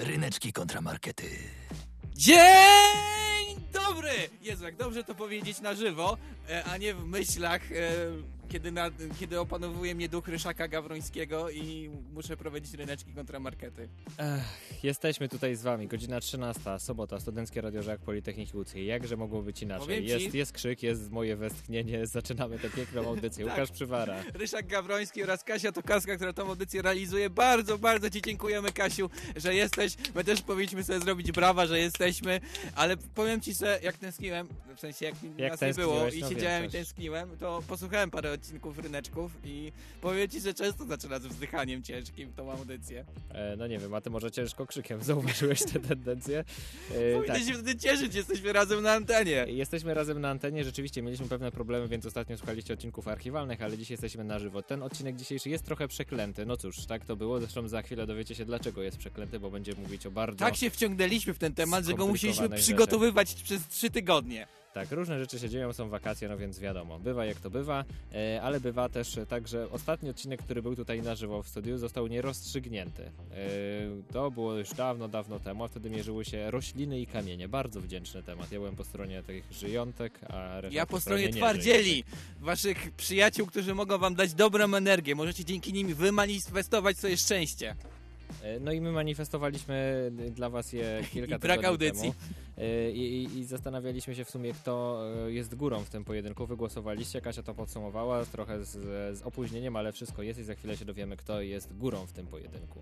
Ryneczki kontramarkety. Dzień dobry! Jezu, jak dobrze to powiedzieć na żywo, a nie w myślach, kiedy opanowuje mnie duch Ryszaka Gawrońskiego i muszę prowadzić ryneczki kontramarkety. Jesteśmy tutaj z wami, godzina 13, sobota, Studenckie Radio Żak Politechniki Łódzkiej. Jakże mogło być inaczej? Jest krzyk, jest moje westchnienie, zaczynamy tę piękną audycję. Tak. Łukasz Przywara. Ryszak Gawroński oraz Kasia Tokarska, która tę audycję realizuje. Bardzo, bardzo ci dziękujemy, Kasiu, że jesteś. My też powinniśmy sobie zrobić brawa, że jesteśmy, ale powiem ci, że jak tęskniłem, w sensie jak nas nie było i siedziałem i tęskniłem, to posłuchałem parę odcinków ryneczków i powiem ci, że często zaczyna z wzdychaniem ciężkim tą audycję. No nie wiem, a ty może ciężko krzykiem zauważyłeś tę tendencję? Powinny się wtedy cieszyć, jesteśmy razem na antenie. Jesteśmy razem na antenie, rzeczywiście mieliśmy pewne problemy, więc ostatnio słuchaliście odcinków archiwalnych, ale dzisiaj jesteśmy na żywo. Ten odcinek dzisiejszy jest trochę przeklęty, no cóż, tak to było, zresztą za chwilę dowiecie się, dlaczego jest przeklęty, bo będziemy mówić o bardzo... Tak się wciągnęliśmy w ten temat, że go musieliśmy przygotowywać przez 3 tygodnie. Tak, różne rzeczy się dzieją, są wakacje, no więc wiadomo, bywa jak to bywa, ale bywa też tak, że ostatni odcinek, który był tutaj na żywo w studiu, został nierozstrzygnięty. To było już dawno temu, a wtedy mierzyły się rośliny i kamienie. Bardzo wdzięczny temat. Ja byłem po stronie tych żyjątek, a reszta ja po stronie twardzieli, waszych przyjaciół, którzy mogą wam dać dobrą energię. Możecie dzięki nim wymanifestować swoje szczęście. No i my manifestowaliśmy dla was je kilka brak audycji temu. I zastanawialiśmy się w sumie, kto jest górą w tym pojedynku. Wygłosowaliście, Kasia to podsumowała, trochę z opóźnieniem, ale wszystko jest i za chwilę się dowiemy, kto jest górą w tym pojedynku.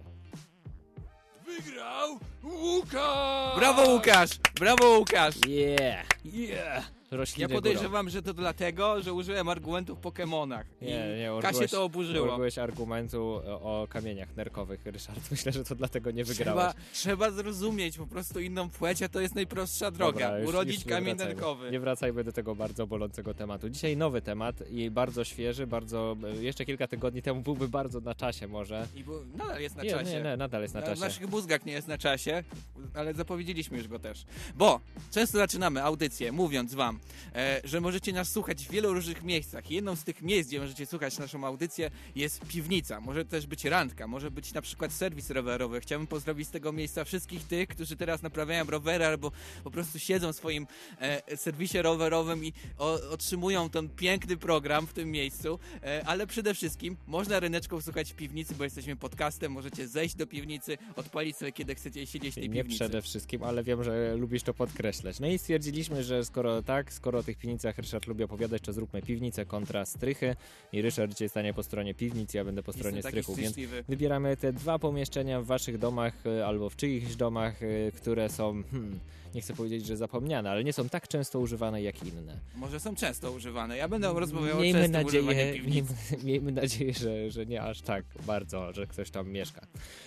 Wygrał Łukasz! Brawo Łukasz! Brawo Łukasz! Yeah! Ja podejrzewam, że to dlatego, że użyłem argumentów w Pokémonach. Nie, Kasię to oburzyło. Użyłeś argumentu o kamieniach nerkowych, Ryszard. Myślę, że to dlatego nie wygrałeś. Trzeba zrozumieć po prostu inną płeć, a to jest najprostsza droga. Dobra, urodzić kamień nerkowy. Nie wracajmy do tego bardzo bolącego tematu. Dzisiaj nowy temat i bardzo świeży, jeszcze kilka tygodni temu byłby bardzo na czasie może. Nadal jest na czasie. Nie, nadal jest na czasie. W naszych mózgach nie jest na czasie, ale zapowiedzieliśmy już go też. Bo często zaczynamy audycję mówiąc wam, że możecie nas słuchać w wielu różnych miejscach. Jedną z tych miejsc, gdzie możecie słuchać naszą audycję, jest piwnica. Może też być randka, może być na przykład serwis rowerowy. Chciałbym pozdrowić z tego miejsca wszystkich tych, którzy teraz naprawiają rowery albo po prostu siedzą w swoim serwisie rowerowym i otrzymują ten piękny program w tym miejscu. Ale przede wszystkim można ryneczką słuchać w piwnicy, bo jesteśmy podcastem. Możecie zejść do piwnicy, odpalić sobie, kiedy chcecie siedzieć w tej piwnicy. Nie przede wszystkim, ale wiem, że lubisz to podkreślać. No i stwierdziliśmy, że skoro o tych piwnicach Ryszard lubi opowiadać, to zróbmy piwnicę kontra strychy i Ryszard dzisiaj stanie po stronie piwnic, ja będę po stronie strychów, więc wybieramy te 2 pomieszczenia w waszych domach albo w czyichś domach, które są, nie chcę powiedzieć, że zapomniane, ale nie są tak często używane jak inne. Może są często używane, ja będę rozmawiał o często używaniu piwnic. Miejmy nadzieję, że nie aż tak bardzo, że ktoś tam mieszka.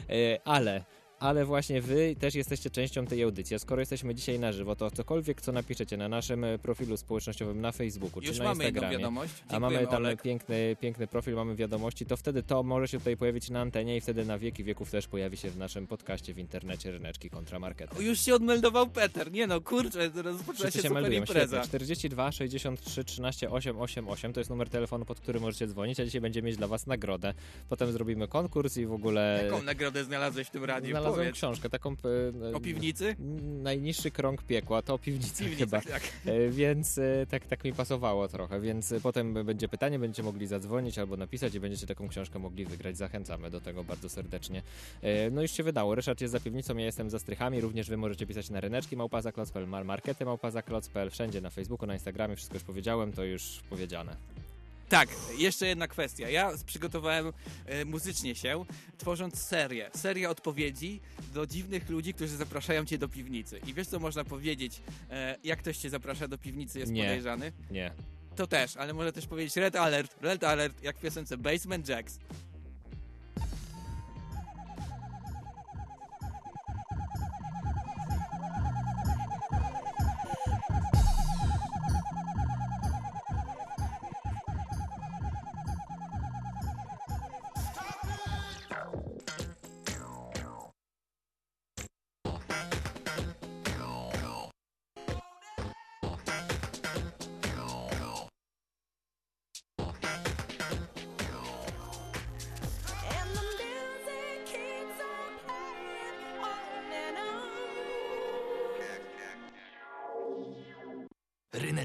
Ale właśnie wy też jesteście częścią tej audycji. Skoro jesteśmy dzisiaj na żywo, to cokolwiek, co napiszecie na naszym profilu społecznościowym na Facebooku już czy na Instagramie, jedną wiadomość. A mamy tam piękny profil, mamy wiadomości, to wtedy to może się tutaj pojawić na antenie i wtedy na wieki wieków też pojawi się w naszym podcaście w internecie Ryneczki kontramarkety. Już się odmeldował Peter. Nie no, kurczę, rozpoczyna się super impreza. 42 63 13 888 to jest numer telefonu, pod który możecie dzwonić, a dzisiaj będziemy mieć dla was nagrodę. Potem zrobimy konkurs i w ogóle... Jaką nagrodę znalazłeś w tym radiu? Znalazłem książkę, taką... O piwnicy? Najniższy krąg piekła, to o piwnicy chyba. Tak. Więc tak mi pasowało trochę, więc potem będzie pytanie, będziecie mogli zadzwonić albo napisać i będziecie taką książkę mogli wygrać. Zachęcamy do tego bardzo serdecznie. No już się wydało, Ryszard jest za piwnicą, ja jestem za strychami, również wy możecie pisać na ryneczki @zaklocpl, markety @zaklocpl, wszędzie na Facebooku, na Instagramie, wszystko już powiedziałem, to już powiedziane. Tak, jeszcze jedna kwestia. Ja przygotowałem muzycznie się, tworząc serię odpowiedzi do dziwnych ludzi, którzy zapraszają cię do piwnicy. I wiesz, co można powiedzieć, jak ktoś cię zaprasza do piwnicy, jest podejrzany? Nie. To też, ale może też powiedzieć red alert, jak w piosence Basement Jacks.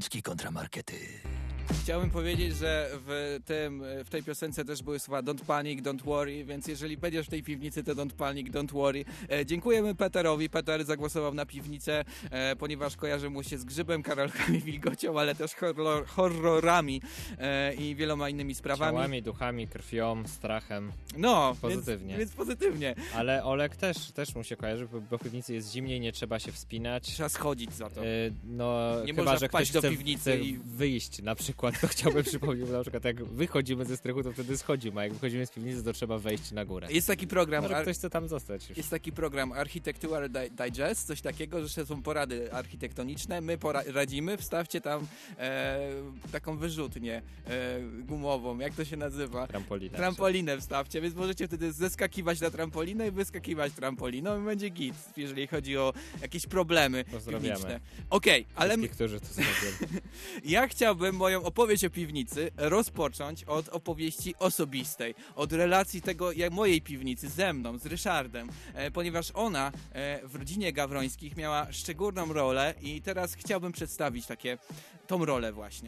Skrzyneczki kontramarkety. Chciałbym powiedzieć, że w tej piosence też były słowa don't panic, don't worry, więc jeżeli będziesz w tej piwnicy, to don't panic, don't worry. Dziękujemy Peterowi. Peter zagłosował na piwnicę, ponieważ kojarzy mu się z grzybem, karolkami, wilgocią, ale też horrorami i wieloma innymi sprawami. Ciałami, duchami, krwią, strachem. No, pozytywnie. Więc pozytywnie. Ale Olek też mu się kojarzy, bo w piwnicy jest zimniej, nie trzeba się wspinać. Trzeba schodzić za to. No, nie chyba, można że wpaść ktoś do chce, piwnicy chce i wyjść na przykład, to chciałbym przypomnieć, bo na przykład jak wychodzimy ze strychu, to wtedy schodzimy, a jak wychodzimy z piwnicy, to trzeba wejść na górę. Jest taki program. Może ktoś chce tam zostać już. Jest taki program Architectural Digest, coś takiego, że są porady architektoniczne, my radzimy, wstawcie tam taką wyrzutnię gumową, jak to się nazywa? Trampolinę wstawcie, więc możecie wtedy zeskakiwać na trampolinę i wyskakiwać trampoliną i będzie git, jeżeli chodzi o jakieś problemy piwniczne. Okej, ale... Wszystkich, którzy to zrobią. Ja chciałbym moją opowieść o piwnicy rozpocząć od opowieści osobistej, od relacji mojej piwnicy ze mną, z Ryszardem, ponieważ ona w rodzinie Gawrońskich miała szczególną rolę i teraz chciałbym przedstawić tą rolę właśnie.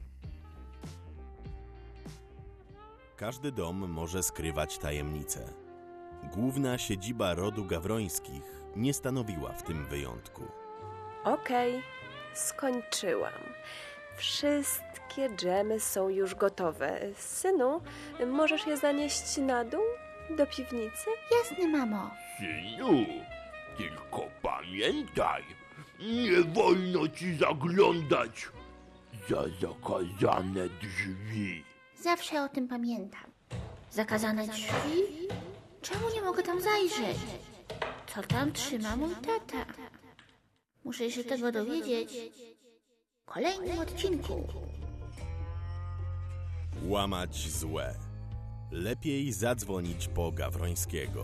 Każdy dom może skrywać tajemnice. Główna siedziba rodu Gawrońskich nie stanowiła w tym wyjątku. Okej, skończyłam. Wszystkie dżemy są już gotowe. Synu, możesz je zanieść na dół, do piwnicy? Jasne, mamo. Synu, tylko pamiętaj, nie wolno ci zaglądać za zakazane drzwi. Zawsze o tym pamiętam. Zakazane drzwi? Czemu nie mogę tam zajrzeć? Co tam trzyma mój tata? Muszę się tego dowiedzieć w kolejnym odcinku. Łamać złe. Lepiej zadzwonić po Gawrońskiego.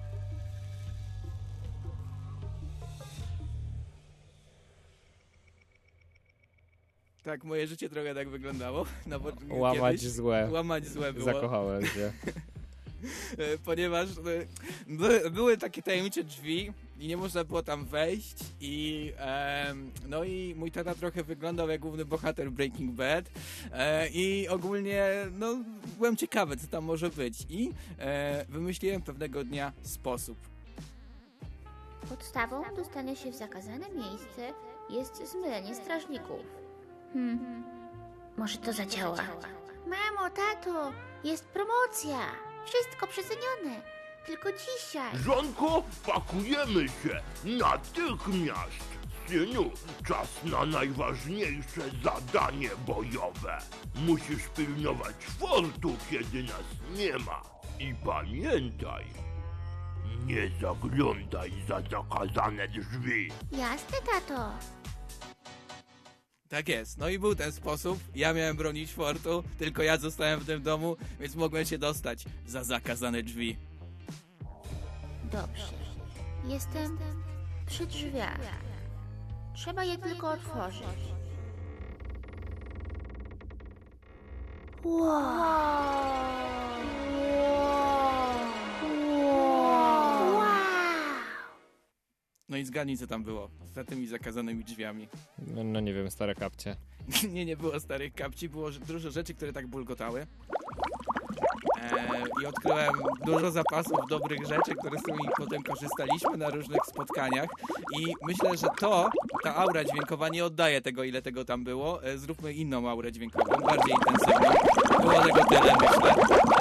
Tak, moje życie trochę tak wyglądało. Łamać złe. Łamać złe było. Zakochałem się. Ponieważ były takie tajemnicze drzwi i nie można było tam wejść i no i mój tata trochę wyglądał jak główny bohater Breaking Bad i ogólnie no byłem ciekawy, co tam może być i wymyśliłem pewnego dnia sposób. Podstawą dostania się w zakazane miejsce jest zmylenie strażników. Może to zadziała. Mamo, tato, jest promocja. Wszystko przecenione. Tylko dzisiaj. Żonko, pakujemy się natychmiast. Synu, czas na najważniejsze zadanie bojowe. Musisz pilnować fortu, kiedy nas nie ma. I pamiętaj, nie zaglądaj za zakazane drzwi. Jasne, tato. Tak jest. No i był ten sposób. Ja miałem bronić fortu, tylko ja zostałem w tym domu, więc mogłem się dostać za zakazane drzwi. Dobrze. Jestem przy drzwiach. Trzeba je tylko otworzyć. No i zgadnij, co tam było za tymi zakazanymi drzwiami. No nie wiem, stare kapcie. Nie było starych kapci, było dużo rzeczy, które tak bulgotały. I odkryłem dużo zapasów dobrych rzeczy, które z którymi potem korzystaliśmy na różnych spotkaniach i myślę, że ta aura dźwiękowa nie oddaje tego, ile tego tam było. Zróbmy inną aurę dźwiękową, bardziej intensywną. Było tego tyle, myślę.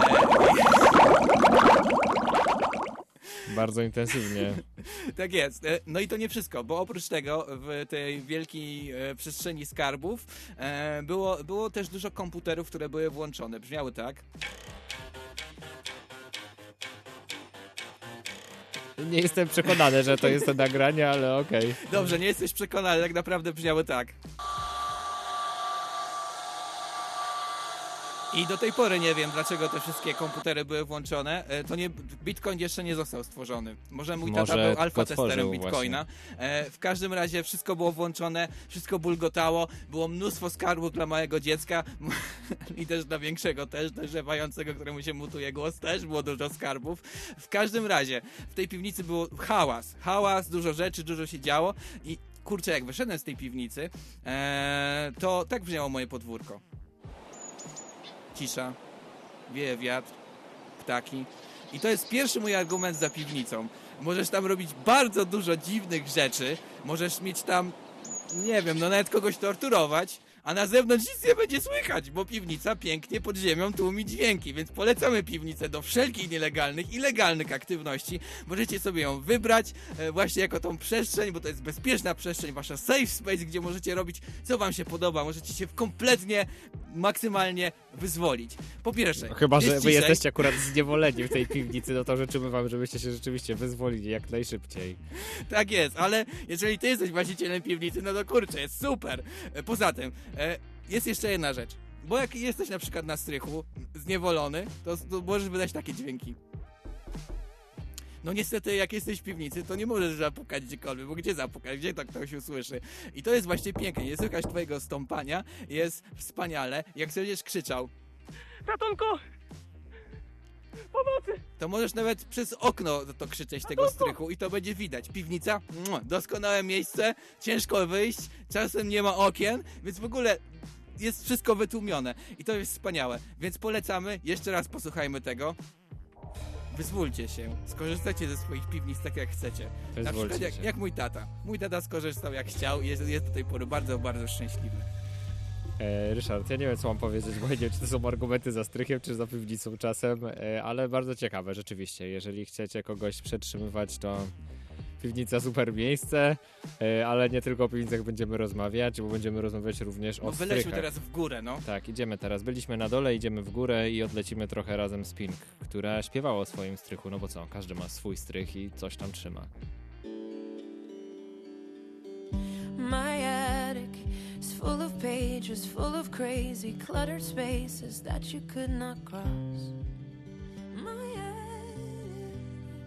Bardzo intensywnie. Tak jest. No i to nie wszystko, bo oprócz tego w tej wielkiej przestrzeni skarbów było też dużo komputerów, które były włączone. Brzmiały tak. Nie jestem przekonany, że to jest to nagranie, ale okej. Dobrze, nie jesteś przekonany, tak naprawdę brzmiały tak. I do tej pory nie wiem, dlaczego te wszystkie komputery były włączone. Bitcoin jeszcze nie został stworzony. Może mój tata był alfa-testerem Bitcoina. W każdym razie wszystko było włączone, wszystko bulgotało, było mnóstwo skarbów dla małego dziecka i też dla większego też, dojrzewającego, któremu się mutuje głos, też było dużo skarbów. W każdym razie w tej piwnicy był hałas, dużo rzeczy, dużo się działo i kurczę, jak wyszedłem z tej piwnicy, to tak brzmiało moje podwórko. Cisza, wieje wiatr, ptaki. I to jest pierwszy mój argument za piwnicą. Możesz tam robić bardzo dużo dziwnych rzeczy, możesz mieć tam, nie wiem, no nawet kogoś torturować, a na zewnątrz nic nie będzie słychać, bo piwnica pięknie pod ziemią tłumi dźwięki, więc polecamy piwnicę do wszelkich nielegalnych i legalnych aktywności. Możecie sobie ją wybrać właśnie jako tą przestrzeń, bo to jest bezpieczna przestrzeń, wasza safe space, gdzie możecie robić co wam się podoba, możecie się kompletnie, maksymalnie wyzwolić. Po pierwsze, chyba że wy jesteście akurat zniewoleni w tej piwnicy, no to życzymy wam, żebyście się rzeczywiście wyzwolili jak najszybciej. Tak jest, ale jeżeli ty jesteś właścicielem piwnicy, no to kurczę, jest super. Poza tym, jest jeszcze jedna rzecz. Bo jak jesteś na przykład na strychu, zniewolony, to możesz wydać takie dźwięki. No niestety, jak jesteś w piwnicy, to nie możesz zapukać gdziekolwiek, bo gdzie zapukać, gdzie to ktoś usłyszy. I to jest właśnie piękne, nie słychać twojego stąpania, jest wspaniale. Jak będziesz krzyczał: ratunku! Pomocy! To możesz nawet przez okno to krzyczeć tego strychu i to będzie widać. Piwnica, doskonałe miejsce, ciężko wyjść, czasem nie ma okien, więc w ogóle jest wszystko wytłumione. I to jest wspaniałe. Więc polecamy, jeszcze raz posłuchajmy tego. Wyzwólcie się, skorzystajcie ze swoich piwnic tak jak chcecie. Na przykład jak mój tata. Mój tata skorzystał jak chciał i jest do tej pory bardzo, bardzo szczęśliwy. Ryszard, ja nie wiem co mam powiedzieć, bo nie wiem czy to są argumenty za strychem, czy za piwnicą czasem, ale bardzo ciekawe rzeczywiście. Jeżeli chcecie kogoś przetrzymywać, to piwnica super miejsce, ale nie tylko o piwnicach będziemy rozmawiać, bo będziemy rozmawiać również o strychach. Wylećmy teraz w górę, no. Tak, idziemy teraz. Byliśmy na dole, idziemy w górę i odlecimy trochę razem z Pink, która śpiewała o swoim strychu, no bo co, każdy ma swój strych i coś tam trzyma. My attic is full of pages, full of crazy cluttered spaces that you could not cross. My attic,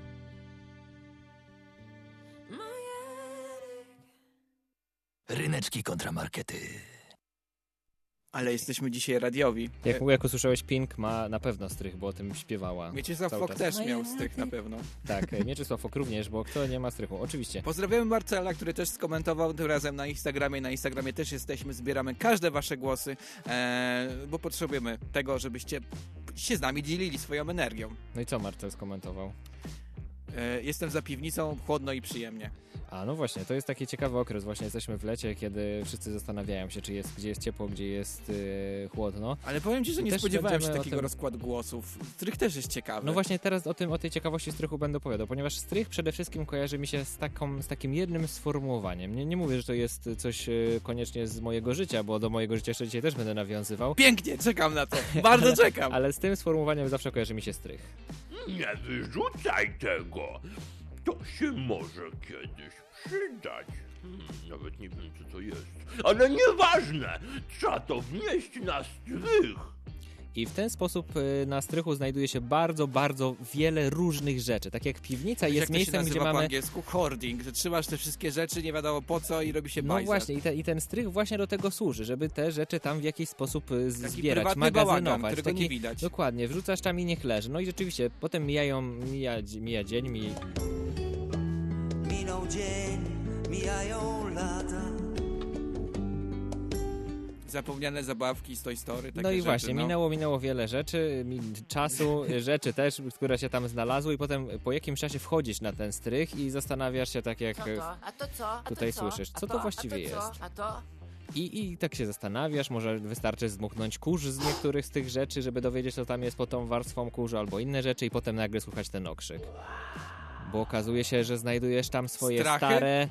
my attic. Ryneczki kontra markety. Ale jesteśmy dzisiaj radiowi. Jak usłyszałeś, Pink ma na pewno strych, bo o tym śpiewała. Mieczysław Fok też miał strych na pewno. Tak, Mieczysław Fok również, bo kto nie ma strychu? Oczywiście. Pozdrawiamy Marcela, który też skomentował tym razem na Instagramie. Na Instagramie też jesteśmy, zbieramy każde wasze głosy, bo potrzebujemy tego, żebyście się z nami dzielili swoją energią. No i co Marcel skomentował? Jestem za piwnicą, chłodno i przyjemnie. A no właśnie, to jest taki ciekawy okres, właśnie jesteśmy w lecie, kiedy wszyscy zastanawiają się, gdzie jest ciepło, gdzie jest chłodno. Ale powiem ci, że nie spodziewałem się takiego rozkładu głosów. Strych też jest ciekawy. No właśnie teraz o tej ciekawości strychu będę opowiadał, ponieważ strych przede wszystkim kojarzy mi się z takim jednym sformułowaniem. Nie mówię, że to jest coś koniecznie z mojego życia, bo do mojego życia jeszcze dzisiaj też będę nawiązywał. Pięknie, czekam na to, bardzo czekam. Ale z tym sformułowaniem zawsze kojarzy mi się strych. Nie wyrzucaj tego. To się może kiedyś przydać. Nawet nie wiem, co to jest. Ale nieważne. Trzeba to wnieść na strych. I w ten sposób na strychu znajduje się bardzo, bardzo wiele różnych rzeczy. Tak jak piwnica jest miejscem, gdzie mamy... po angielsku hoarding, że trzymasz te wszystkie rzeczy, nie wiadomo po co i robi się bajzel. No właśnie, i ten strych właśnie do tego służy, żeby te rzeczy tam w jakiś sposób zbierać, magazynować. bałagan, którego nie widać. Dokładnie, wrzucasz tam i niech leży. No i rzeczywiście, potem mija dzień, Minął dzień, mijają lata. Zapomniane zabawki z Toy Story. No i rzeczy, właśnie, minęło wiele rzeczy, czasu, rzeczy też, które się tam znalazły i potem po jakimś czasie wchodzisz na ten strych i zastanawiasz się tak jak tutaj słyszysz, co to właściwie jest. I tak się zastanawiasz, może wystarczy zdmuchnąć kurz z niektórych z tych rzeczy, żeby dowiedzieć, co tam jest pod tą warstwą kurzu albo inne rzeczy i potem nagle słuchać ten okrzyk. Bo okazuje się, że znajdujesz tam swoje stare...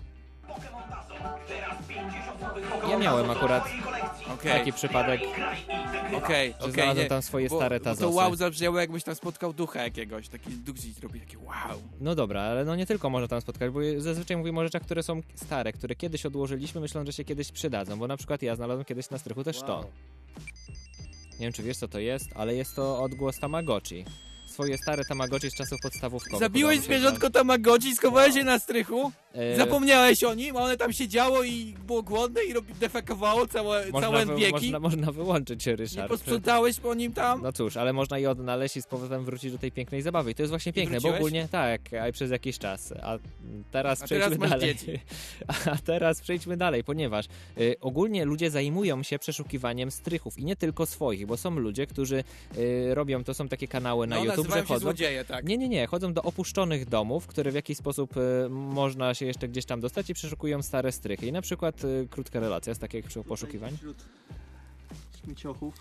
Ja miałem akurat taki przypadek, że znalazłem tam swoje stare tazosy. To wow zabrzmiało, jakbyś tam spotkał ducha jakiegoś, taki duch ci robi takie wow. No dobra, ale no nie tylko można tam spotkać, bo zazwyczaj mówimy o rzeczach, które są stare, które kiedyś odłożyliśmy, myśląc, że się kiedyś przydadzą, bo na przykład ja znalazłem kiedyś na strychu też to. Nie wiem, czy wiesz, co to jest, ale jest to odgłos Tamagotchi. swoje stare Tamagotchi z czasów podstawówkowych. Zabiłeś zwierzątko Tamagotchi, schowałeś je na strychu? Zapomniałeś o nim, a one tam siedziało i było głodne i defekowało całe wieki? Można wyłączyć, Ryszard. Nie posprzątałeś po nim tam? No cóż, ale można je odnaleźć i z powrotem wrócić do tej pięknej zabawy. I to jest właśnie piękne, bo ogólnie tak, a przez jakiś czas. A teraz przejdźmy dalej. A teraz przejdźmy dalej, ponieważ ogólnie ludzie zajmują się przeszukiwaniem strychów i nie tylko swoich, bo są ludzie, którzy robią, to są takie kanały na YouTube, że chodzą... złodzieje, tak. Nie, chodzą do opuszczonych domów, które w jakiś sposób można się jeszcze gdzieś tam dostać i przeszukują stare strychy. I na przykład krótka relacja z takich poszukiwań. Wśród śmieciochów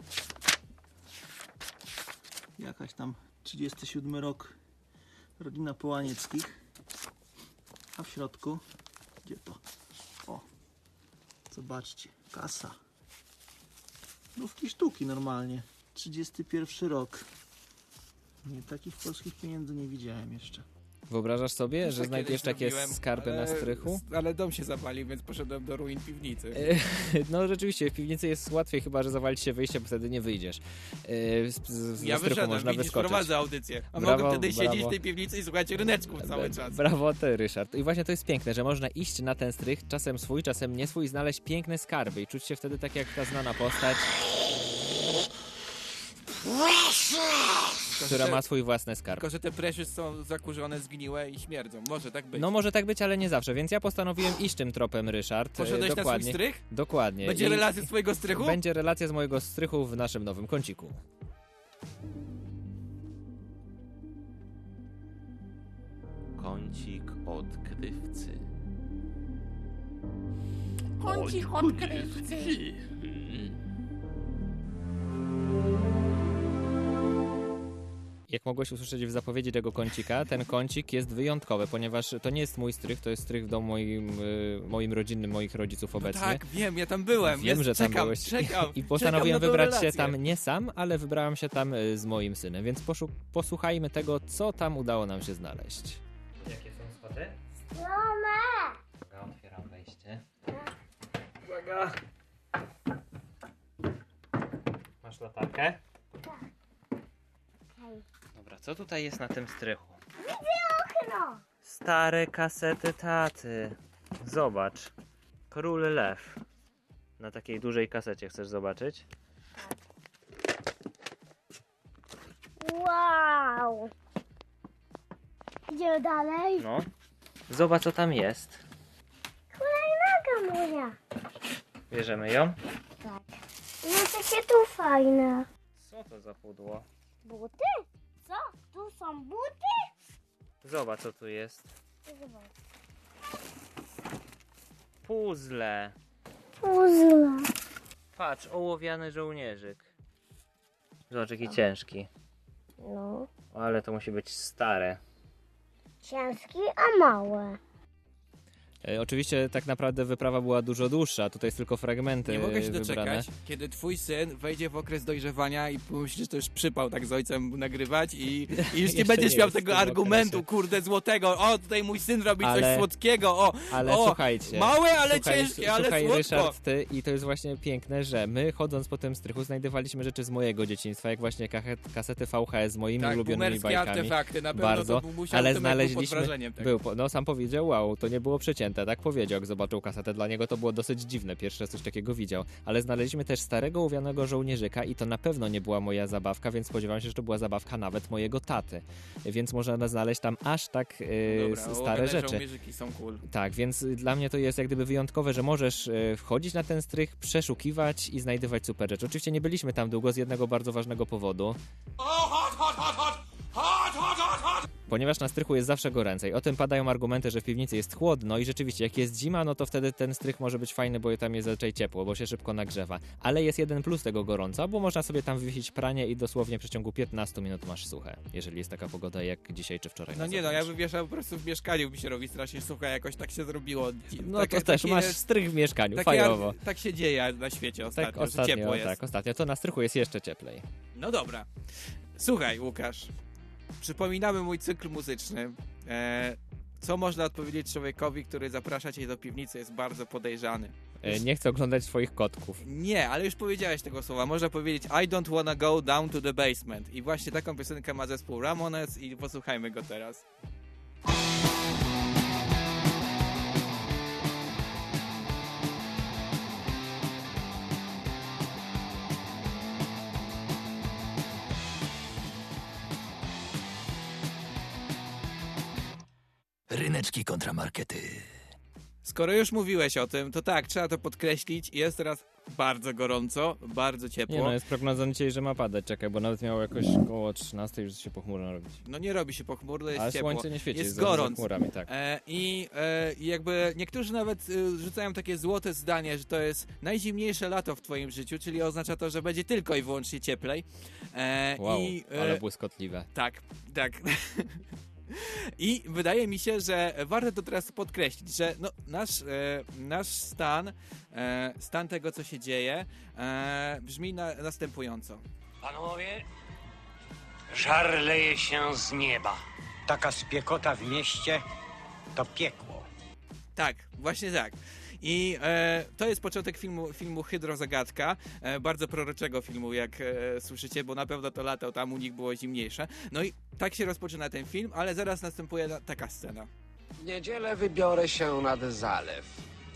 jakaś tam 37 rok, rodzina Połanieckich, a w środku, gdzie to? O, zobaczcie, kasa. Nówki sztuki normalnie, 31 rok. Nie, takich polskich pieniędzy nie widziałem jeszcze. Wyobrażasz sobie, że znajdujesz takie skarby na strychu? Ale dom się zapalił, więc poszedłem do ruin piwnicy. No rzeczywiście, w piwnicy jest łatwiej, chyba że zawali się wyjście, bo wtedy nie wyjdziesz. Ja wyszedłem, można wyskoczyć. Prowadzę audycję. A mogę wtedy siedzieć w tej piwnicy i słuchać ryneczków cały czas. Brawo ty, Ryszard. I właśnie to jest piękne, że można iść na ten strych, czasem swój, czasem nie swój, znaleźć piękne skarby i czuć się wtedy tak jak ta znana postać, która ma swój własny skarb. Tylko że te Precious są zakurzone, zgniłe i śmierdzą. Może tak być. No może tak być, ale nie zawsze, więc ja postanowiłem iść tym tropem, Ryszard. Poszedłeś na swój strych? Dokładnie. Będzie relacja z twojego strychu? Będzie relacja z mojego strychu w naszym nowym kąciku. Kącik odkrywcy. Kącik odkrywcy. Jak mogłeś usłyszeć w zapowiedzi tego kącika, ten kącik jest wyjątkowy, ponieważ to nie jest mój strych, to jest strych w domu moim rodzinnym, moich rodziców obecnie. No tak, wiem, ja tam byłem. Wiem, że tam byłeś. Czekam. I postanowiłem wybrać się tam nie sam, ale wybrałem się tam z moim synem, więc posłuchajmy tego, co tam udało nam się znaleźć. Jakie są schody? Strome! Otwieram wejście. Uwaga! Masz latarkę? Tak. Dobra, co tutaj jest na tym strychu? Widzę okno! Stare kasety taty. Zobacz. Król Lew. Na takiej dużej kasecie chcesz zobaczyć? Wow! Idziemy dalej? No. Zobacz, co tam jest. Hulajnoga moja. Bierzemy ją? Tak. No takie tu fajne. Co to za pudło? Buty? Co? Tu są buty? Zobacz, co tu jest. Zobacz. Puzzle. Puzzle. Patrz, ołowiany żołnierzyk. Zobacz, jaki ciężki. No. Ale to musi być stare. Ciężki, a małe. Oczywiście tak naprawdę wyprawa była dużo dłuższa, tutaj jest tylko fragmenty Nie mogę się wybrane. doczekać, kiedy twój syn wejdzie w okres dojrzewania i pomyślisz, że to już przypał tak z ojcem nagrywać i już nie będziesz miał tego argumentu, kurde, złotego. O, tutaj mój syn robi coś słodkiego. Ale słuchajcie. Małe, ale ciężkie, ale słodko. Ryszard, ty, i to jest właśnie piękne, że my chodząc po tym strychu znajdowaliśmy rzeczy z mojego dzieciństwa, jak właśnie kasety VHS z moimi ulubionymi bajkami. Artefakty, na pewno bardzo, to musiał ale znaleźliśmy. No sam powiedział, wow, to nie było przecięte, tak powiedział, jak zobaczył kasetę. Dla niego to było dosyć dziwne, pierwszy raz coś takiego widział. Ale znaleźliśmy też starego ołowianego żołnierzyka i to na pewno nie była moja zabawka, więc spodziewam się, że to była zabawka nawet mojego taty. Więc można znaleźć tam aż tak stare rzeczy. Żołnierzyki są cool. Tak, więc dla mnie to jest jak gdyby wyjątkowe, że możesz wchodzić na ten strych, przeszukiwać i znajdywać super rzeczy. Oczywiście nie byliśmy tam długo z jednego bardzo ważnego powodu. Ponieważ na strychu jest zawsze goręcej. O tym padają argumenty, że w piwnicy jest chłodno i rzeczywiście jak jest zima, no to wtedy ten strych może być fajny, bo tam jest zazwyczaj ciepło, bo się szybko nagrzewa. Ale jest jeden plus tego gorąca, bo można sobie tam wywiesić pranie i dosłownie w przeciągu 15 minut masz suche, jeżeli jest taka pogoda jak dzisiaj czy wczoraj. No nie, no ja wywieszam po prostu w mieszkaniu, mi się robi strasznie suche, jakoś tak się zrobiło. No to też masz strych w mieszkaniu, fajowo. Tak się dzieje na świecie ostatnio, tak, ostatnio, że ciepło jest. Tak, ostatnio. To na strychu jest jeszcze cieplej. No dobra. Słuchaj, Łukasz. Przypominamy mój cykl muzyczny. co można odpowiedzieć człowiekowi, który zaprasza cię do piwnicy, jest bardzo podejrzany. Nie chcę oglądać twoich kotków. Nie, ale już powiedziałeś tego słowa. Można powiedzieć I don't wanna go down to the basement. I właśnie taką piosenkę ma zespół Ramones i posłuchajmy go teraz. Ryneczki kontra markety. Skoro już mówiłeś o tym, to tak, trzeba to podkreślić. Jest teraz bardzo gorąco, bardzo ciepło. Nie no, jest prognoza dzisiaj, że ma padać. Czekaj, bo nawet miało jakoś koło 13 już się pochmurno robić. No nie robi się pochmurno, jest ale ciepło. słońce nie świeci, jest gorąco. Chmurami, tak. I jakby niektórzy nawet rzucają takie złote zdanie, że to jest najzimniejsze lato w twoim życiu, czyli oznacza to, że będzie tylko i wyłącznie cieplej. Wow, ale błyskotliwe. Tak. I wydaje mi się, że warto to teraz podkreślić, że no, nasz stan tego, co się dzieje, brzmi następująco. Panowie, żar leje się z nieba. Taka spiekota w mieście to piekło. Tak, właśnie tak. I to jest początek filmu Hydrozagadka, bardzo proroczego filmu, jak słyszycie, bo na pewno to lato tam u nich było zimniejsze. No i tak się rozpoczyna ten film, ale zaraz następuje taka scena. W niedzielę wybiorę się nad zalew.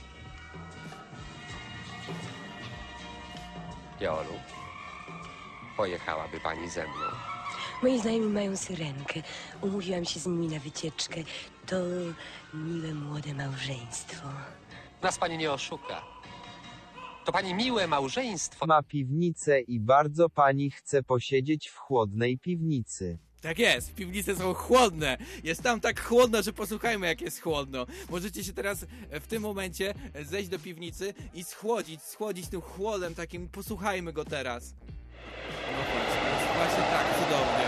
Jolu, pojechałaby pani ze mną? Moi znajomi mają syrenkę. Umówiłam się z nimi na wycieczkę. To miłe młode małżeństwo. Nas pani nie oszuka. To pani miłe małżeństwo. Ma piwnicę i bardzo pani chce posiedzieć w chłodnej piwnicy. Tak jest, piwnice są chłodne. Jest tam tak chłodno, że posłuchajmy, jak jest chłodno. Możecie się teraz w tym momencie zejść do piwnicy i schłodzić tym chłodem takim. Posłuchajmy go teraz. No właśnie, jest właśnie tak cudownie.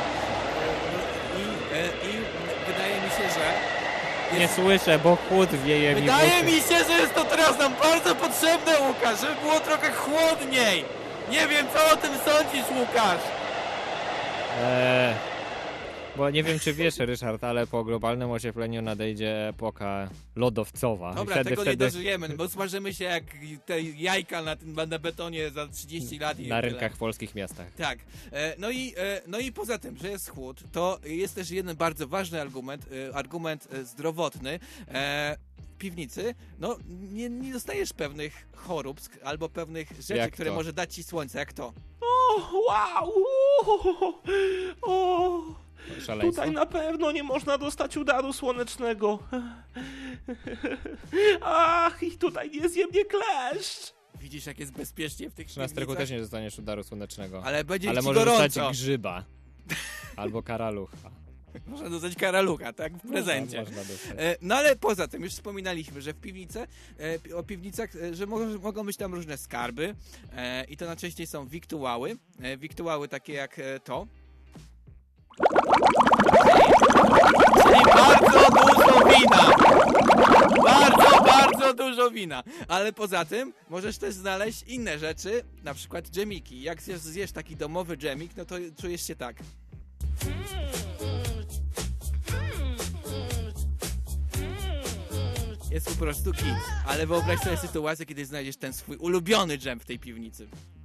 I wydaje mi się, że... Nie słyszę, bo chłód wieje mi. Wydaje mi się, że jest to teraz nam bardzo potrzebne, Łukasz, żeby było trochę chłodniej. Nie wiem, co o tym sądzisz, Łukasz. Bo nie wiem, czy wiesz, Ryszard, ale po globalnym ociepleniu nadejdzie epoka lodowcowa. Dobra, tego nie dożyjemy, bo smażymy się jak te jajka na betonie za 30 lat. Na rynkach w polskich miastach. Tak. No i poza tym, że jest chłód, to jest też jeden bardzo ważny argument zdrowotny. W piwnicy, no nie dostajesz pewnych chorób albo pewnych rzeczy, które może dać ci słońce, jak to. Wow! Szaleństwo? Tutaj na pewno nie można dostać udaru słonecznego. Ach, i tutaj nie zje mnie kleszcz. Widzisz, jak jest bezpiecznie w tych piwnicach? Na strychu też nie dostaniesz udaru słonecznego. Ale będzie ci może gorąco. dostać grzyba. Albo karalucha. Można dostać karalucha, tak? W prezencie. Można dostać. No ale poza tym, już wspominaliśmy, że o piwnicach, że mogą być tam różne skarby i to najczęściej są wiktuały. Wiktuały takie jak to. Czyli bardzo dużo wina. Bardzo dużo wina. Ale poza tym możesz też znaleźć inne rzeczy, na przykład dżemiki. Jak zjesz taki domowy dżemik, no to czujesz się tak. Jest po prostu kit. Ale wyobraź sobie sytuację, kiedy znajdziesz ten swój ulubiony dżem w tej piwnicy.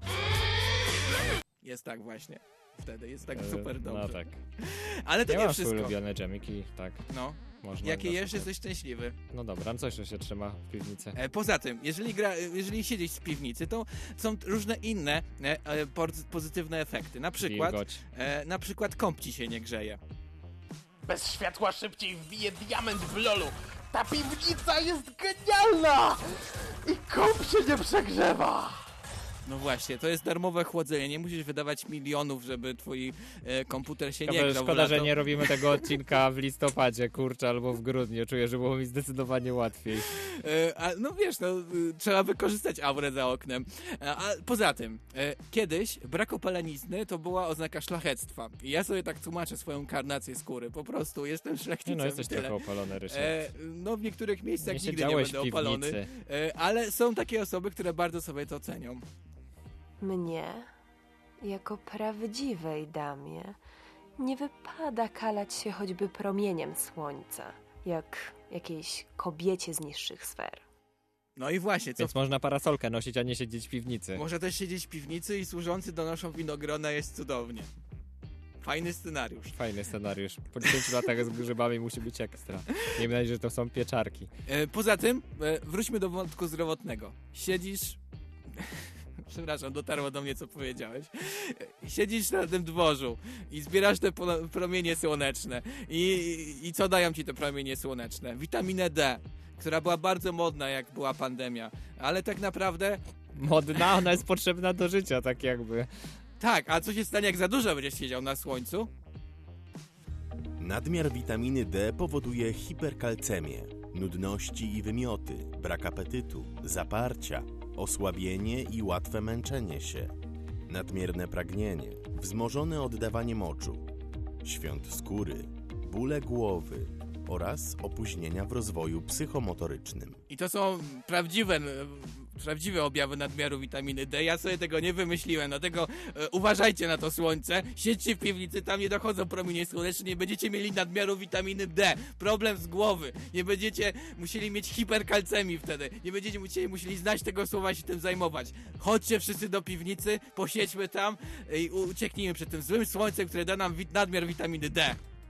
Jest tak właśnie. Wtedy jest tak super dobrze. No tak. Ale to ja nie mam wszystko. swoje ulubione dżemiki, tak. No. Można jakie jesz, jesteś szczęśliwy. No dobra, no coś się trzyma w piwnicy. Poza tym, jeżeli siedzieć w piwnicy, to są różne inne pozytywne efekty. Na przykład kąp ci się nie grzeje. Bez światła szybciej wbije diament w lolu. Ta piwnica jest genialna! I kąp się nie przegrzewa! No właśnie, to jest darmowe chłodzenie. Nie musisz wydawać milionów, żeby twój komputer się nie grzał. Szkoda, że nie robimy tego odcinka w listopadzie, kurczę, albo w grudniu. Czuję, że było mi zdecydowanie łatwiej. No wiesz, trzeba wykorzystać aurę za oknem. A poza tym, kiedyś brak opalenizny to była oznaka szlachectwa. I ja sobie tak tłumaczę swoją karnację skóry. Po prostu jestem szlachcicem. No jesteś trochę opalony, Ryszard. No w niektórych miejscach nigdy nie będę opalony. Ale są takie osoby, które bardzo sobie to cenią. Mnie, jako prawdziwej damie, nie wypada kalać się choćby promieniem słońca, jak jakiejś kobiecie z niższych sfer. No i właśnie. Więc można parasolkę nosić, a nie siedzieć w piwnicy. Może też siedzieć w piwnicy i służący donoszą winogrona, jest cudownie. Fajny scenariusz. Fajny scenariusz. Po 10 latach z grzybami musi być ekstra. Nie wiem, że to są pieczarki. Poza tym, wróćmy do wątku zdrowotnego. Siedzisz... Przepraszam, dotarło do mnie, co powiedziałeś. Siedzisz na tym dworzu i zbierasz te promienie słoneczne. I co dają ci te promienie słoneczne? Witaminę D, która była bardzo modna, jak była pandemia. Ale tak naprawdę... Modna? Ona jest potrzebna do życia, tak jakby. Tak, a co się stanie, jak za dużo będziesz siedział na słońcu? Nadmiar witaminy D powoduje hiperkalcemię, nudności i wymioty, brak apetytu, zaparcia, osłabienie i łatwe męczenie się, nadmierne pragnienie, wzmożone oddawanie moczu, świąt skóry, bóle głowy oraz opóźnienia w rozwoju psychomotorycznym. I to są prawdziwe objawy nadmiaru witaminy D. Ja sobie tego nie wymyśliłem, dlatego uważajcie na to słońce, siedźcie w piwnicy, tam nie dochodzą promienie słoneczne, nie będziecie mieli nadmiaru witaminy D. Problem z głowy. Nie będziecie musieli mieć hiperkalcemii wtedy. Nie będziecie musieli znać tego słowa i się tym zajmować. Chodźcie wszyscy do piwnicy, posiedźmy tam i ucieknijmy przed tym złym słońcem, które da nam nadmiar witaminy D.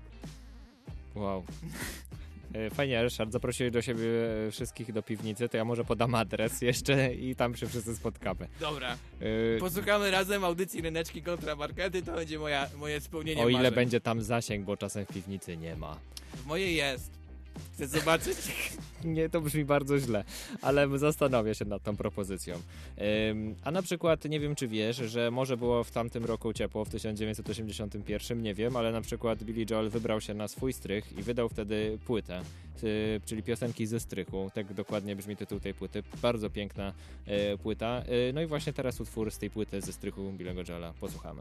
Wow. Fajnie, Ryszard, zaprosiłeś do siebie wszystkich do piwnicy, to ja może podam adres jeszcze i tam się wszyscy spotkamy. Dobra. Posłuchamy razem audycji Ryneczki kontra Markety, to będzie moje spełnienie marzeń. O ile marzeń. będzie tam zasięg, bo czasem w piwnicy nie ma. W mojej jest. Chcesz zobaczyć? Nie, to brzmi bardzo źle, ale zastanowię się nad tą propozycją. A na przykład, nie wiem czy wiesz, że może było w tamtym roku ciepło, w 1981, nie wiem, ale na przykład Billy Joel wybrał się na swój strych i wydał wtedy płytę, czyli piosenki ze strychu, tak dokładnie brzmi tytuł tej płyty, bardzo piękna płyta. No i właśnie teraz utwór z tej płyty ze strychu Billy'ego Joela, posłuchamy.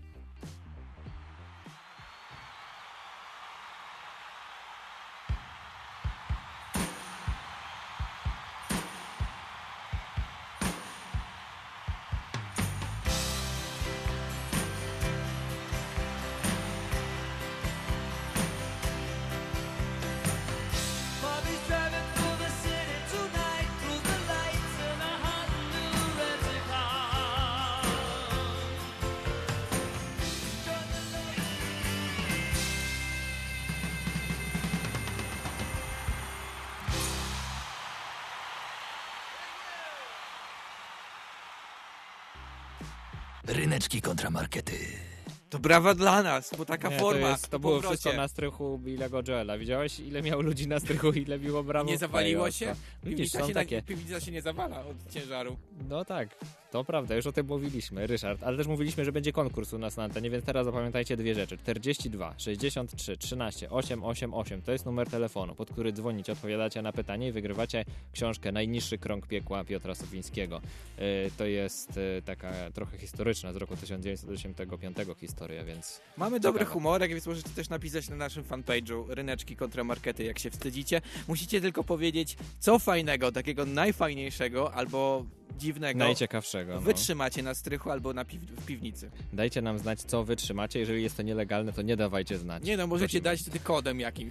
Ryneczki kontra markety. To brawa dla nas, bo taka forma. To było wszystko na strychu Billy'ego Joela. Widziałeś, ile miał ludzi na strychu, ile biło brawo? Nie zawaliło się? Widzisz, są takie. Piwnica się nie zawala od ciężaru. No tak, to prawda, już o tym mówiliśmy, Ryszard, ale też mówiliśmy, że będzie konkurs u nas na antenie, więc teraz zapamiętajcie dwie rzeczy. 42 63 13 888 to jest numer telefonu, pod który dzwonicie, odpowiadacie na pytanie i wygrywacie książkę Najniższy krąg piekła Piotra Sowińskiego. To jest taka trochę historyczna, z roku 1985 historia, więc... Mamy dobry humorek, więc możecie też napisać na naszym fanpage'u Ryneczki kontra Markety, jak się wstydzicie. Musicie tylko powiedzieć, co fajnego, takiego najfajniejszego albo dziwnego, najciekawszego, wytrzymacie na strychu albo w piwnicy. Dajcie nam znać, co wytrzymacie. Jeżeli jest to nielegalne, to nie dawajcie znać. Nie no, możecie dać wtedy kodem jakimś.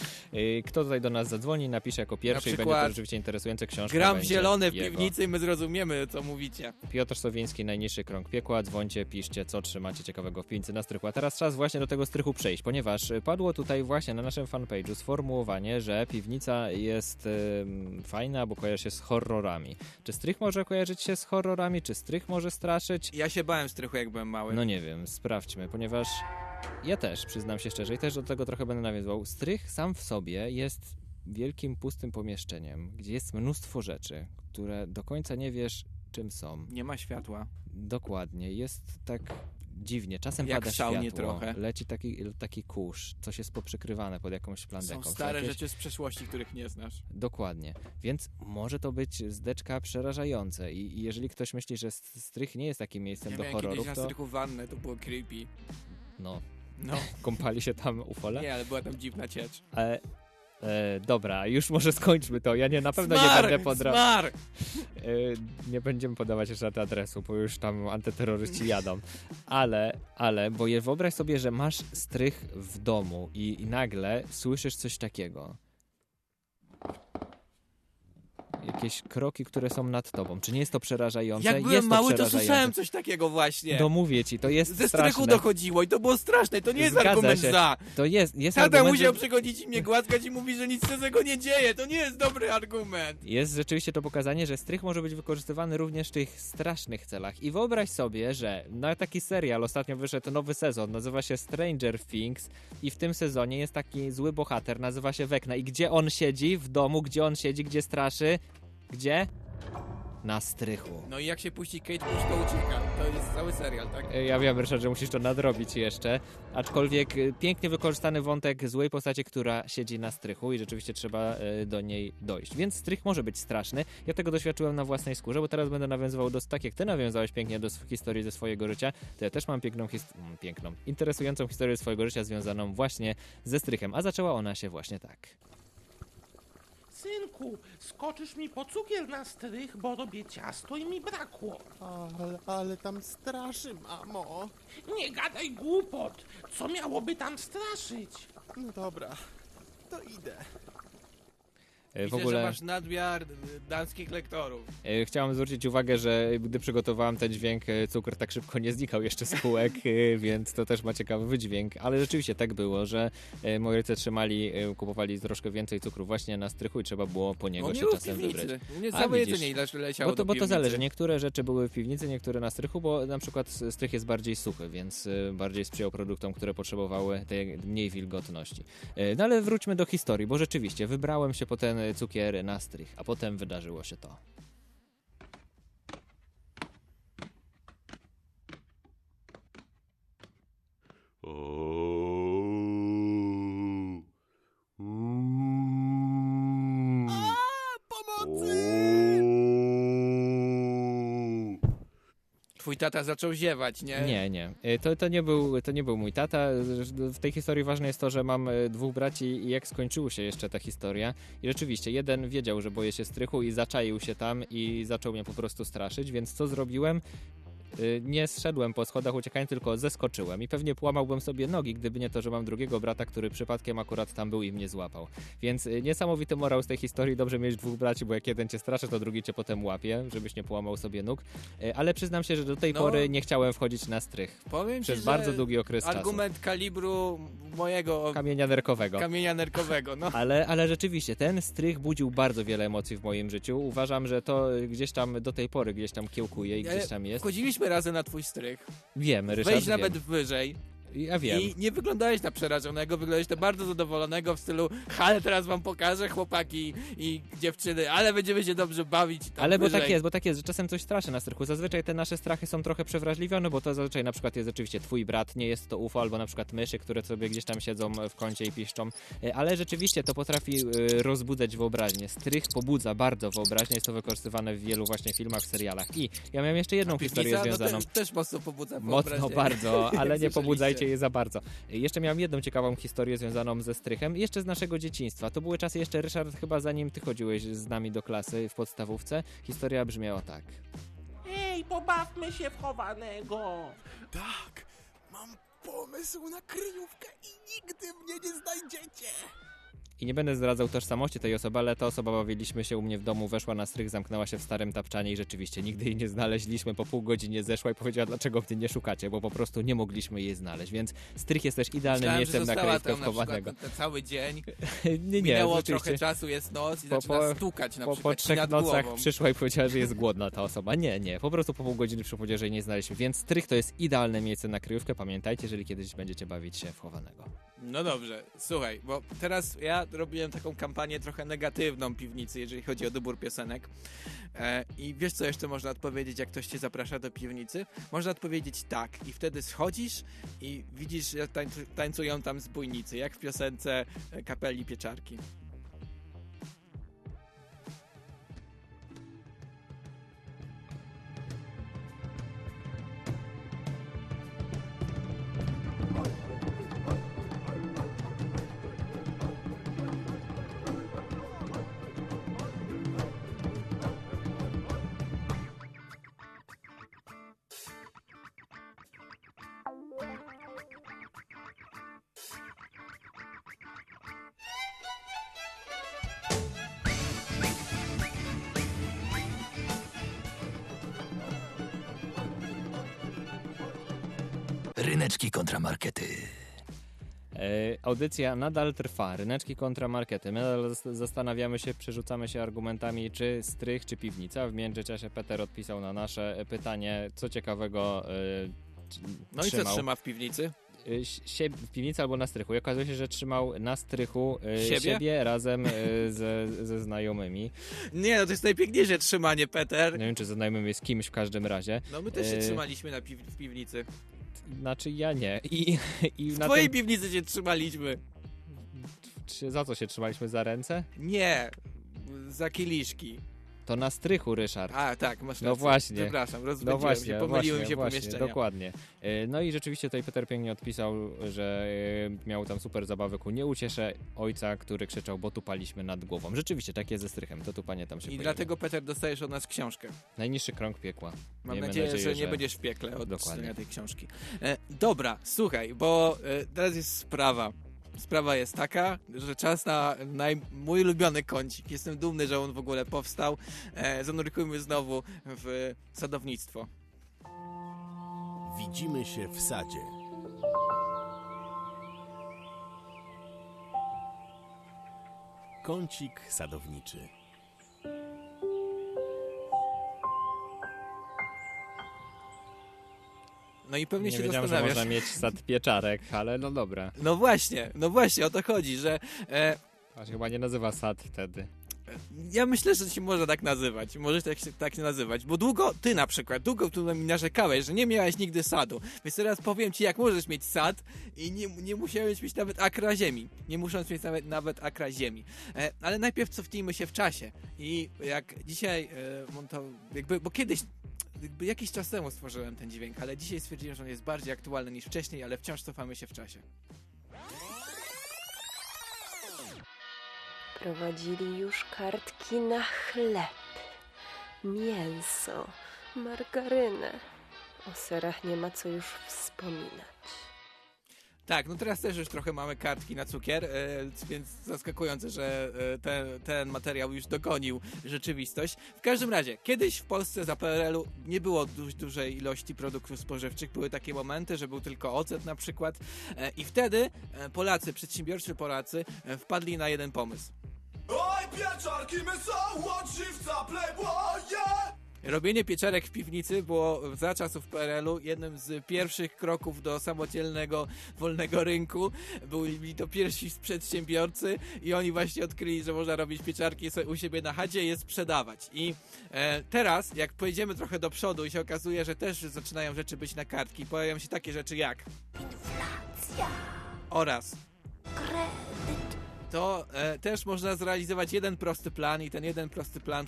Kto tutaj do nas zadzwoni, napisze jako pierwszy i będzie to rzeczywiście interesujące. Książka gram w zielone w piwnicy i my zrozumiemy, co mówicie. Piotr Sowiński, Najniższy krąg piekła. Dzwońcie, piszcie, co trzymacie ciekawego w piwnicy na strychu. A teraz czas właśnie do tego strychu przejść, ponieważ padło tutaj właśnie na naszym fanpage'u sformułowanie, że piwnica jest fajna, bo kojarzy się z horrorami. Czy strych może kojarzyć się z horrorami, czy strych może straszyć? Ja się bałem strychu, jak byłem mały. No nie wiem, sprawdźmy, ponieważ ja też, przyznam się szczerze, i też do tego trochę będę nawiązywał. Strych sam w sobie jest wielkim, pustym pomieszczeniem, gdzie jest mnóstwo rzeczy, które do końca nie wiesz, czym są. Nie ma światła. Dokładnie, jest tak dziwnie, czasem jak pada szałnie światło, trochę. leci taki kurz, coś jest poprzykrywane pod jakąś plandeką. Są stare rzeczy z przeszłości, których nie znasz. Dokładnie, więc może to być zdeczka przerażające i jeżeli ktoś myśli, że strych nie jest takim miejscem do horrorów, kiedyś na strychu wannę, to było creepy. No. Kąpali się tam ufole? Nie, ale była tam dziwna ciecz. Dobra, już może skończmy to. Ja na pewno nie będę podawał. Nie będziemy podawać jeszcze adresu, bo już tam antyterroryści jadą. Ale, bo wyobraź sobie, że masz strych w domu i nagle słyszysz coś takiego. jakieś kroki, które są nad tobą. Czy nie jest to przerażające? Jak byłem mały, to słyszałem coś takiego właśnie. No mówię ci, to jest ze straszne. strychu dochodziło i to było straszne. To nie jest Zgadza argument się. za. To jest Tata argument, musiał przychodzić i mnie głaskać i mówi, że nic się z tego nie dzieje. To nie jest dobry argument. Jest rzeczywiście to pokazanie, że strych może być wykorzystywany również w tych strasznych celach. I wyobraź sobie, że na taki serial ostatnio wyszedł nowy sezon, nazywa się Stranger Things i w tym sezonie jest taki zły bohater, nazywa się Vecna. I gdzie on siedzi? W domu, gdzie on siedzi, gdzie straszy? Gdzie? Na strychu. No i jak się puści Kate Bush, to ucieka. To jest cały serial, tak? Ja wiem, Ryszard, że musisz to nadrobić jeszcze, aczkolwiek pięknie wykorzystany wątek złej postaci, która siedzi na strychu i rzeczywiście trzeba do niej dojść. Więc strych może być straszny. Ja tego doświadczyłem na własnej skórze, bo teraz będę nawiązywał tak jak ty nawiązałeś pięknie do historii ze swojego życia, to ja też mam interesującą historię swojego życia związaną właśnie ze strychem, a zaczęła ona się właśnie tak. Synku, skoczysz mi po cukier na strych, bo robię ciasto i mi brakło. Ale tam straszy, mamo. Nie gadaj głupot. Co miałoby tam straszyć? No dobra, to idę. Widzę, że masz nadmiar damskich lektorów. Chciałem zwrócić uwagę, że gdy przygotowałem ten dźwięk, cukier tak szybko nie znikał jeszcze z półek, więc to też ma ciekawy wydźwięk, ale rzeczywiście tak było, że moi rodzice kupowali troszkę więcej cukru właśnie na strychu i trzeba było po niego się czasem wybrać. Nie całe jedzenie leciało do bo to zależy, niektóre rzeczy były w piwnicy, niektóre na strychu, bo na przykład strych jest bardziej suchy, więc bardziej sprzyjał produktom, które potrzebowały tej mniej wilgotności. No ale wróćmy do historii, bo rzeczywiście wybrałem się po ten cukier na strych, a potem wydarzyło się to. Pomocy! Twój tata zaczął ziewać, nie? Nie. To nie był mój tata. W tej historii ważne jest to, że mam dwóch braci i jak skończyła się jeszcze ta historia. I rzeczywiście, jeden wiedział, że boję się strychu i zaczaił się tam i zaczął mnie po prostu straszyć, więc co zrobiłem? Nie zszedłem po schodach uciekając, tylko zeskoczyłem i pewnie połamałbym sobie nogi, gdyby nie to, że mam drugiego brata, który przypadkiem akurat tam był i mnie złapał. Więc niesamowity morał z tej historii, dobrze mieć dwóch braci, bo jak jeden cię straszy, to drugi cię potem łapie, żebyś nie połamał sobie nóg. Ale przyznam się, że do tej pory nie chciałem wchodzić na strych. Powiem przez ci, bardzo długi okres czasu. Argument kalibru mojego kamienia nerkowego. No. Ale rzeczywiście, ten strych budził bardzo wiele emocji w moim życiu. Uważam, że to gdzieś tam do tej pory gdzieś tam kiełkuje i gdzieś tam jest. Wchodziliśmy razem na twój strych. Wiem, Ryszard, Wejdź nawet wyżej. Ja wiem. I nie wyglądałeś na przerażonego, wyglądałeś na bardzo zadowolonego w stylu ale teraz wam pokażę, chłopaki i dziewczyny, ale będziemy się dobrze bawić. Ale bo tak jest, że czasem coś straszy na strychu. Zazwyczaj te nasze strachy są trochę przewrażliwione, bo to zazwyczaj na przykład jest rzeczywiście twój brat, nie jest to UFO, albo na przykład myszy, które sobie gdzieś tam siedzą w kącie i piszczą. Ale rzeczywiście to potrafi rozbudzać wyobraźnię. Strych pobudza bardzo wyobraźnię, jest to wykorzystywane w wielu właśnie filmach, serialach. I ja miałem jeszcze jedną historię związaną. No też mocno pobudza wyobraźnię. Mocno bardzo, ale nie pobudzajcie jej za bardzo. Jeszcze miałem jedną ciekawą historię związaną ze strychem, jeszcze z naszego dzieciństwa. To były czasy jeszcze, Ryszard, chyba zanim ty chodziłeś z nami do klasy w podstawówce. Historia brzmiała tak. Ej, pobawmy się w chowanego. Tak, mam pomysł na kryjówkę i nigdy mnie nie znajdziecie. I nie będę zdradzał tożsamości tej osoby, ale ta osoba, bawiliśmy się u mnie w domu, weszła na strych, zamknęła się w starym tapczanie i rzeczywiście nigdy jej nie znaleźliśmy. Po pół godziny zeszła i powiedziała, dlaczego mnie nie szukacie, bo po prostu nie mogliśmy jej znaleźć, więc strych jest też idealnym miejscem na kryjówkę wchowanego. Ten cały dzień, nie, minęło trochę czasu, jest noc i zaczyna stukać na przykład po 3 nocach głową. Przyszła i powiedziała, że jest głodna ta osoba. Nie, po prostu po pół godziny powiedziała, że jej nie znaleźliśmy, więc strych to jest idealne miejsce na kryjówkę. Pamiętajcie, jeżeli kiedyś będziecie bawić się w chowanego. No dobrze, słuchaj, bo teraz ja robiłem taką kampanię trochę negatywną piwnicy, jeżeli chodzi o dobór piosenek. I wiesz, co jeszcze można odpowiedzieć, jak ktoś cię zaprasza do piwnicy? Można odpowiedzieć tak i wtedy schodzisz i widzisz, że tańcują tam zbójnicy, jak w piosence Kapeli Pieczarki. Ryneczki kontramarkety. Audycja nadal trwa. Ryneczki kontra markety. My nadal zastanawiamy się, przerzucamy się argumentami, czy strych, czy piwnica. W międzyczasie Peter odpisał na nasze pytanie, co ciekawego No trzymał. I co trzyma w piwnicy? W piwnicy albo na strychu. I okazuje się, że trzymał na strychu siebie razem ze znajomymi. Nie, no to jest najpiękniejsze trzymanie, Peter. Nie wiem, czy ze znajomymi, z kimś w każdym razie. No my też się trzymaliśmy w piwnicy. Znaczy ja nie. W twojej piwnicy się trzymaliśmy. Za co się trzymaliśmy? Za ręce? Nie, za kieliszki. To na strychu, Ryszard. A, tak, masz rację. No właśnie. Przepraszam, rozbędziłem się, pomyliłem się właśnie, pomieszczenia. Dokładnie. No i rzeczywiście tutaj Peter pięknie odpisał, że miał tam super zabawę ku nie ucieszę ojca, który krzyczał, bo tupaliśmy nad głową. Rzeczywiście, tak jest ze strychem, to tupanie tam się pojawia. Dlatego, Peter, dostajesz od nas książkę. Najniższy krąg piekła. Mam nadzieję, że nie będziesz w piekle od czytania tej książki. Dobra, słuchaj, bo teraz jest sprawa. Sprawa jest taka, że czas na mój ulubiony kącik. Jestem dumny, że on w ogóle powstał. Zanurkujmy znowu w sadownictwo. Widzimy się w sadzie. Kącik sadowniczy. No i pewnie nie się wiedziałem, zastanawiasz. że można mieć sad pieczarek, ale no dobra. No właśnie, o to chodzi, że... A się chyba nie nazywa sad wtedy. Ja myślę, że się może tak nazywać. Może tak się nazywać. Bo długo tu mi narzekałeś, że nie miałeś nigdy sadu. Więc teraz powiem ci, jak możesz mieć sad i nie musiałeś mieć nawet akra ziemi. Nie musząc mieć nawet akra ziemi. Ale najpierw cofnijmy się w czasie. I jak dzisiaj bo kiedyś jakiś czas temu stworzyłem ten dźwięk, ale dzisiaj stwierdziłem, że on jest bardziej aktualny niż wcześniej, ale wciąż cofamy się w czasie. Prowadzili już kartki na chleb, mięso, margarynę. O serach nie ma co już wspominać. Tak, no teraz też już trochę mamy kartki na cukier, więc zaskakujące, że ten materiał już dogonił rzeczywistość. W każdym razie, kiedyś w Polsce za PRL-u nie było dużej ilości produktów spożywczych. Były takie momenty, że był tylko ocet na przykład i wtedy przedsiębiorczy Polacy wpadli na jeden pomysł. Oj, pieczarki, my są od żywca, playboye! Robienie pieczarek w piwnicy było za czasów PRL-u jednym z pierwszych kroków do samodzielnego, wolnego rynku. Byli to pierwsi przedsiębiorcy i oni właśnie odkryli, że można robić pieczarki u siebie na chacie i je sprzedawać. I teraz, jak pojedziemy trochę do przodu i się okazuje, że też zaczynają rzeczy być na kartki, pojawiają się takie rzeczy jak inflacja oraz kredyt. To też można zrealizować jeden prosty plan i ten jeden prosty plan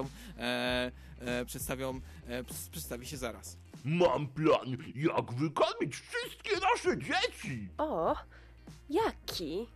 przedstawi się zaraz. Mam plan, jak wykarmić wszystkie nasze dzieci! O, jaki?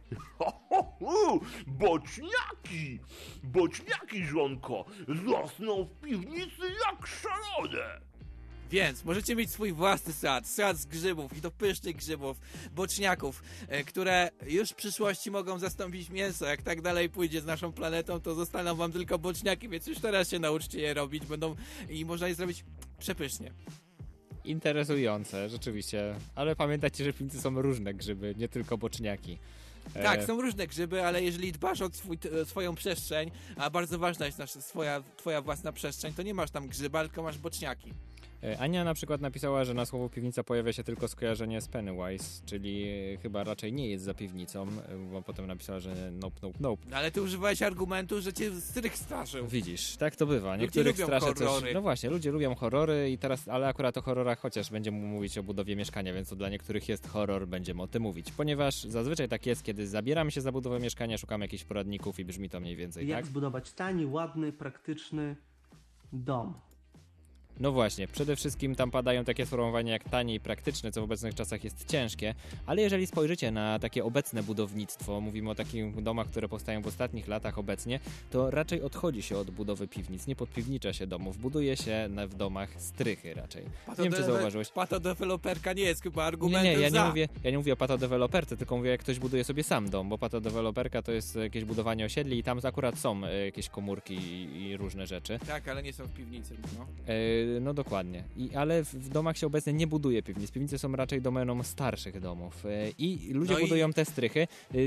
Boczniaki! Boczniaki, żonko, rosną w piwnicy jak szalone! Więc możecie mieć swój własny sad z grzybów i to pysznych grzybów, boczniaków, które już w przyszłości mogą zastąpić mięso. Jak tak dalej pójdzie z naszą planetą, to zostaną wam tylko boczniaki, więc już teraz się nauczcie je robić, i można je zrobić przepysznie. Interesujące, rzeczywiście. Ale pamiętajcie, że w piwnicy są różne grzyby, nie tylko boczniaki. Tak, są różne grzyby, ale jeżeli dbasz o swoją przestrzeń, a bardzo ważna jest twoja własna przestrzeń, to nie masz tam grzyba, tylko masz boczniaki. Ania na przykład napisała, że na słowo piwnica pojawia się tylko skojarzenie z Pennywise, czyli chyba raczej nie jest za piwnicą, bo potem napisała, że nope. Ale ty używałeś argumentu, że cię strych straszył. Widzisz, tak to bywa. Niektórych straszy coś. No właśnie, ludzie lubią horrory i teraz, ale akurat o horrorach chociaż będziemy mówić o budowie mieszkania, więc to dla niektórych jest horror, będziemy o tym mówić. Ponieważ zazwyczaj tak jest, kiedy zabieramy się za budowę mieszkania, szukamy jakichś poradników i brzmi to mniej więcej, jak tak? zbudować tani, ładny, praktyczny dom. No właśnie, przede wszystkim tam padają takie sformułowania jak tanie i praktyczne, co w obecnych czasach jest ciężkie, ale jeżeli spojrzycie na takie obecne budownictwo, mówimy o takich domach, które powstają w ostatnich latach obecnie, to raczej odchodzi się od budowy piwnic, nie podpiwnicza się domów, buduje się w domach strychy raczej. Nie wiem, czy zauważyłeś. Patodeweloperka nie jest chyba argumentem ja nie mówię o patodeweloperce, tylko mówię, jak ktoś buduje sobie sam dom, bo patodeweloperka to jest jakieś budowanie osiedli i tam akurat są jakieś komórki i różne rzeczy. Tak, ale nie są w piwnicy, no. No dokładnie. Ale w domach się obecnie nie buduje piwnic. Piwnice są raczej domeną starszych domów. I ludzie budują te strychy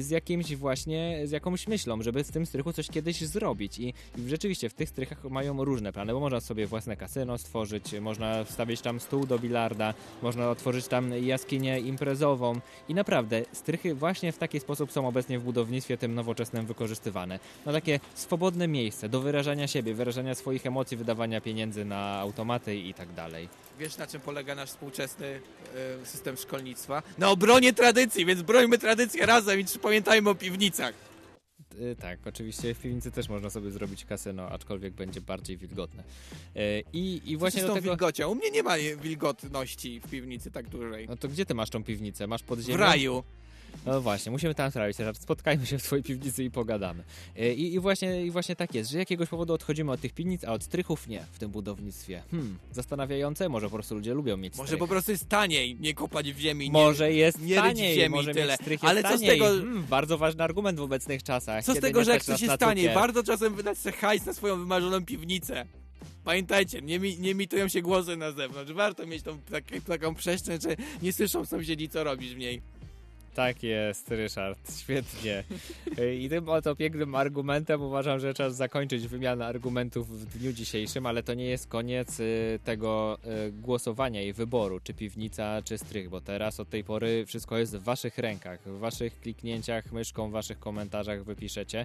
z jakąś myślą, żeby z tym strychu coś kiedyś zrobić. I rzeczywiście w tych strychach mają różne plany, bo można sobie własne kasyno stworzyć, można wstawić tam stół do bilarda, można otworzyć tam jaskinię imprezową i naprawdę strychy właśnie w taki sposób są obecnie w budownictwie tym nowoczesnym wykorzystywane. No takie swobodne miejsce do wyrażania siebie, wyrażania swoich emocji, wydawania pieniędzy na automaty i tak dalej. Wiesz, na czym polega nasz współczesny system szkolnictwa? Na obronie tradycji, więc brońmy tradycję razem i pamiętajmy o piwnicach. Tak, oczywiście w piwnicy też można sobie zrobić kasyno, aczkolwiek będzie bardziej wilgotne. I właśnie do tego... wilgocią? U mnie nie ma wilgotności w piwnicy tak dużej. No to gdzie ty masz tą piwnicę? Masz pod ziemią? W raju. No właśnie, musimy tam sprawić, spotkajmy się w twojej piwnicy i pogadamy. I właśnie tak jest, że z jakiegoś powodu odchodzimy od tych piwnic, a od strychów nie w tym budownictwie. Zastanawiające, może po prostu ludzie lubią mieć strych. Może po prostu jest taniej nie kopać w ziemi, może jest nie taniej, ryć w ziemi może tyle. Mieć strych ale jest co z tego... Bardzo ważny argument w obecnych czasach. Co z tego, że jak coś jest taniej? Warto czasem wydać sobie hajs na swoją wymarzoną piwnicę. Pamiętajcie, nie emitują się głosy na zewnątrz. Warto mieć taką przestrzeń, że nie słyszą sąsiedzi, co robisz w niej. Tak jest, Ryszard, świetnie. I tym oto pięknym argumentem uważam, że czas zakończyć wymianę argumentów w dniu dzisiejszym, ale to nie jest koniec tego głosowania i wyboru, czy piwnica, czy strych, bo teraz od tej pory wszystko jest w waszych rękach, w waszych kliknięciach myszką, w waszych komentarzach wypiszecie.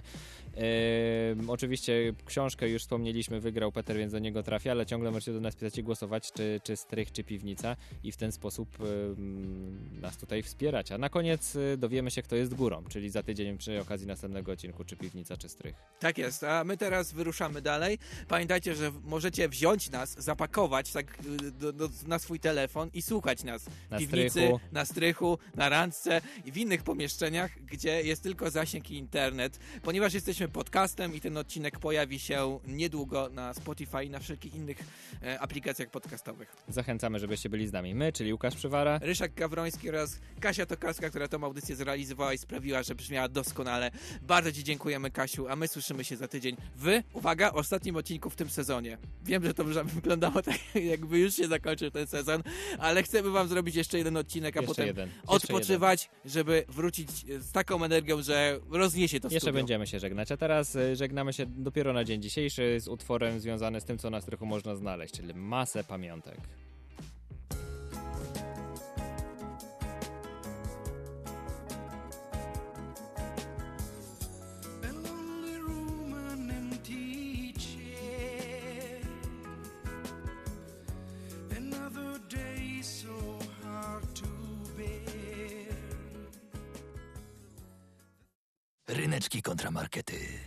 Oczywiście książkę już wspomnieliśmy, wygrał Peter, więc do niego trafia, ale ciągle możecie do nas pisać i głosować, czy strych, czy piwnica i w ten sposób nas tutaj wspierać. A na koniec dowiemy się, kto jest górą, czyli za tydzień przy okazji następnego odcinku, czy piwnica, czy strych. Tak jest, a my teraz wyruszamy dalej. Pamiętajcie, że możecie wziąć nas, zapakować na swój telefon i słuchać nas w piwnicy, strychu. na strychu, na randce i w innych pomieszczeniach, gdzie jest tylko zasięg i internet, ponieważ jesteśmy podcastem i ten odcinek pojawi się niedługo na Spotify i na wszelkich innych aplikacjach podcastowych. Zachęcamy, żebyście byli z nami. My, czyli Łukasz Przywara, Ryszard Gawroński oraz Kasia Tokarska, która tą audycję zrealizowała i sprawiła, że brzmiała doskonale. Bardzo ci dziękujemy, Kasiu, a my słyszymy się za tydzień w, uwaga, ostatnim odcinku w tym sezonie. Wiem, że to wyglądało tak, jakby już się zakończył ten sezon, ale chcemy wam zrobić jeszcze jeden odcinek, a potem odpoczywać, żeby wrócić z taką energią, że rozniesie to Jeszcze studio. będziemy się żegnać, a teraz żegnamy się dopiero na dzień dzisiejszy z utworem związanym z tym, co na strychu można znaleźć, czyli masę pamiątek. Ryneczki kontramarkety.